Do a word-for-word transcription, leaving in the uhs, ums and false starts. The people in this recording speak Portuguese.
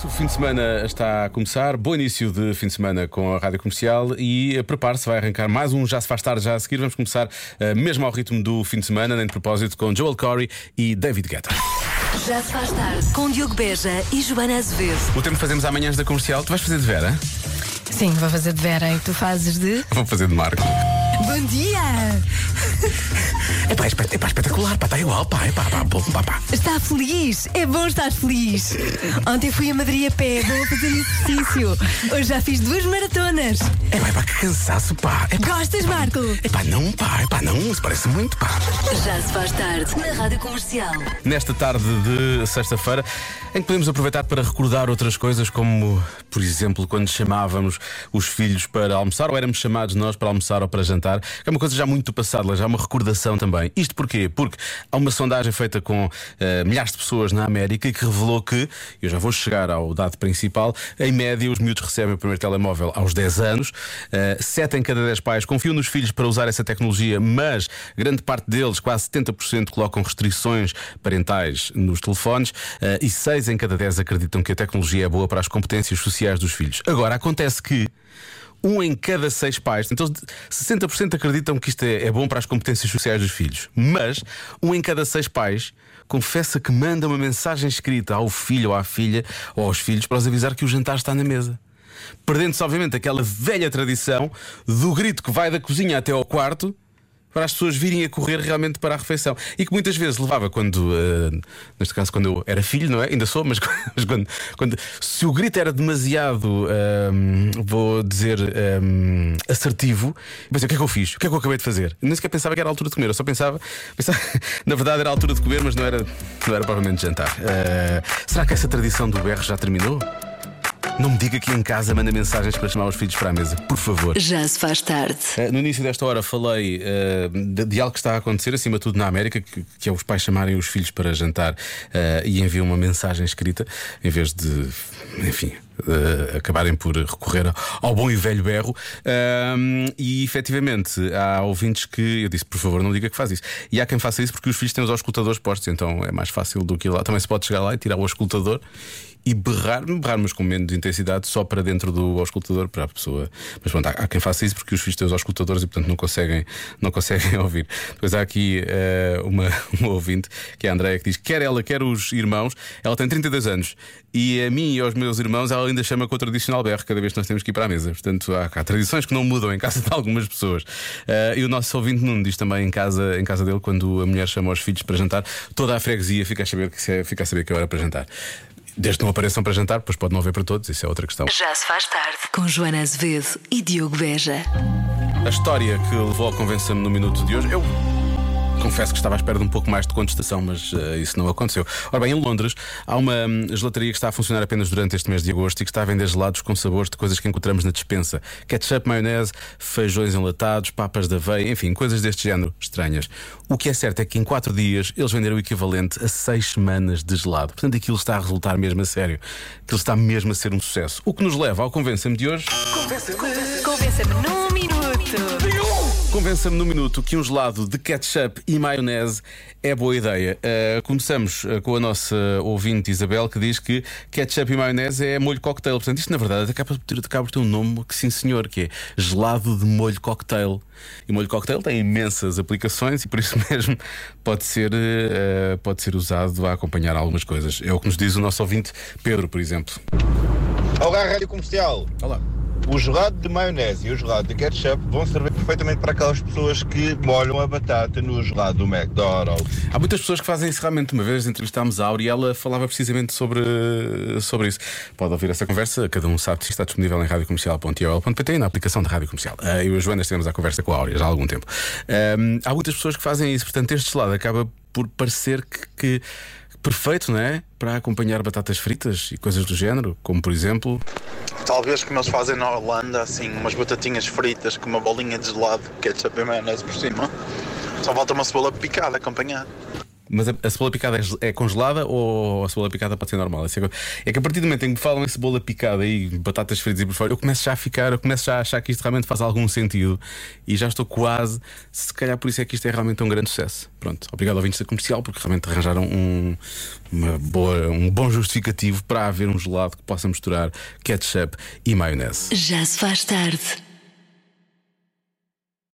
O fim de semana está a começar. Bom início de fim de semana com a Rádio Comercial. E uh, prepare-se, vai arrancar mais um Já Se Faz Tarde já a seguir. Vamos começar uh, mesmo ao ritmo do fim de semana, nem de propósito, com Joel Corey e David Guetta. Já Se Faz Tarde com Diogo Beja e Joana Azevedo. O tempo que fazemos amanhãs da Comercial. Tu vais fazer de Vera? Sim, vou fazer de Vera e tu fazes de... Vou fazer de Marco. Bom dia! É pá, é espetacular, pá, está igual, pá, é pá, pá, pá, pá. Está feliz? É bom estar feliz. Ontem fui a Madrid a pé, vou fazer exercício. Hoje já fiz duas maratonas. É pá, é pá, que cansaço, pá. É pá. Gostas, Marco? É pá, não, pá, é pá, não, isso parece muito, pá. Já Se Faz Tarde na Rádio Comercial. Nesta tarde de sexta-feira, em que podemos aproveitar para recordar outras coisas, como, por exemplo, quando chamávamos os filhos para almoçar, ou éramos chamados nós para almoçar ou para jantar, que é uma coisa já muito do passado, já é uma recordação também. Isto porquê? Porque há uma sondagem feita com uh, milhares de pessoas na América que revelou que, eu já vou chegar ao dado principal, em média os miúdos recebem o primeiro telemóvel aos dez anos, uh, sete em cada dez pais confiam nos filhos para usar essa tecnologia, mas grande parte deles, quase setenta por cento, colocam restrições parentais nos telefones, uh, e seis em cada dez acreditam que a tecnologia é boa para as competências sociais dos filhos. Agora, acontece que um em cada seis pais, então sessenta por cento acreditam que isto é, é bom para as competências sociais dos filhos, mas um em cada seis pais confessa que manda uma mensagem escrita ao filho ou à filha ou aos filhos para os avisar que o jantar está na mesa. Perdendo-se, obviamente, aquela velha tradição do grito que vai da cozinha até ao quarto, para as pessoas virem a correr realmente para a refeição. E que muitas vezes levava quando, uh, neste caso quando eu era filho, não é? Ainda sou, mas, mas quando, quando se o grito era demasiado, um, vou dizer, um, assertivo, eu pensei, o que é que eu fiz? O que é que eu acabei de fazer? Eu nem sequer pensava que era a altura de comer. Eu só pensava, pensava na verdade era a altura de comer, mas não era, não era provavelmente de jantar. uh, Será que essa tradição do berro já terminou? Não me diga que em casa manda mensagens para chamar os filhos para a mesa, por favor. Já Se Faz Tarde. No início desta hora falei uh, de, de algo que está a acontecer, acima de tudo na América, que, que é os pais chamarem os filhos para jantar uh, e enviam uma mensagem escrita, em vez de, enfim, uh, acabarem por recorrer ao bom e velho berro. Um, e efetivamente há ouvintes que eu disse, por favor, não diga que faz isso. E há quem faça isso porque os filhos têm os auscultadores postos, então é mais fácil do que ir lá. Também se pode chegar lá e tirar o auscultador e berrar, berrar, mas com menos intensidade, só para dentro do auscultador, para a pessoa. Mas pronto, há, há quem faça isso porque os filhos têm os auscultadores e portanto não conseguem, não conseguem ouvir. Depois há aqui uh, uma, uma ouvinte, que é a Andréia, que diz: quer ela, quer os irmãos, ela tem trinta e dois anos e a mim e aos meus irmãos ela ainda chama com o tradicional berro cada vez que nós temos que ir para a mesa. Portanto há, há tradições que não mudam em casa de algumas pessoas. uh, E o nosso ouvinte Nuno diz também em casa, em casa dele, quando a mulher chama os filhos para jantar, toda a freguesia fica a saber que, é, fica a saber que é hora para jantar. Desde que não apareçam para jantar, depois pode não haver para todos, isso é outra questão. Já Se Faz Tarde com Joana Azevedo e Diogo Beja. A história que levou ao Convença-me no minuto de hoje, eu confesso que estava à espera de um pouco mais de contestação, mas uh, isso não aconteceu. Ora bem, em Londres há uma um, gelataria que está a funcionar apenas durante este mês de agosto e que está a vender gelados com sabores de coisas que encontramos na despensa: ketchup, maionese, feijões enlatados, papas de aveia, enfim, coisas deste género estranhas. O que é certo é que em quatro dias eles venderam o equivalente a seis semanas de gelado. Portanto, aquilo está a resultar mesmo a sério. Aquilo está mesmo a ser um sucesso. O que nos leva ao Convença-me de hoje. Convença-me Convença-me num minuto. Convença-me no minuto que um gelado de ketchup e maionese é boa ideia. Uh, começamos uh, com a nossa ouvinte Isabel, que diz que ketchup e maionese é molho cocktail. Portanto, isto na verdade acaba por ter, acaba por ter um nome que sim senhor, que é gelado de molho cocktail. E molho cocktail tem imensas aplicações e por isso mesmo pode ser, uh, pode ser usado a acompanhar algumas coisas. É o que nos diz o nosso ouvinte Pedro, por exemplo. Olá, Rádio Comercial. Olá. O gelado de maionese e o gelado de ketchup vão servir perfeitamente para aquelas pessoas que molham a batata no gelado do McDonald's. Há muitas pessoas que fazem isso realmente. Uma vez entrevistámos a Áurea e ela falava precisamente sobre, sobre isso. Pode ouvir essa conversa, cada um sabe se está disponível em rádio comercial ponto i o l ponto p t e na aplicação de Rádio Comercial. Eu e a Joana estivemos à conversa com a Áurea já há algum tempo. Um, há muitas pessoas que fazem isso, portanto este gelado acaba por parecer que... que perfeito, não é? Para acompanhar batatas fritas e coisas do género, como por exemplo... Talvez como eles fazem na Holanda, assim, umas batatinhas fritas com uma bolinha de gelado, ketchup e maionese por cima. Só falta uma cebola picada a acompanhar. Mas a, a cebola picada é, é congelada ou a cebola picada pode ser normal? É, é que a partir do momento em que me falam em cebola picada e batatas fritas e por fora, eu começo já a ficar, eu começo já a achar que isto realmente faz algum sentido e já estou quase, se calhar por isso é que isto é realmente um grande sucesso. Pronto, obrigado ao ouvintes da Comercial, porque realmente arranjaram um, uma boa, um bom justificativo para haver um gelado que possa misturar ketchup e maionese. Já se faz tarde.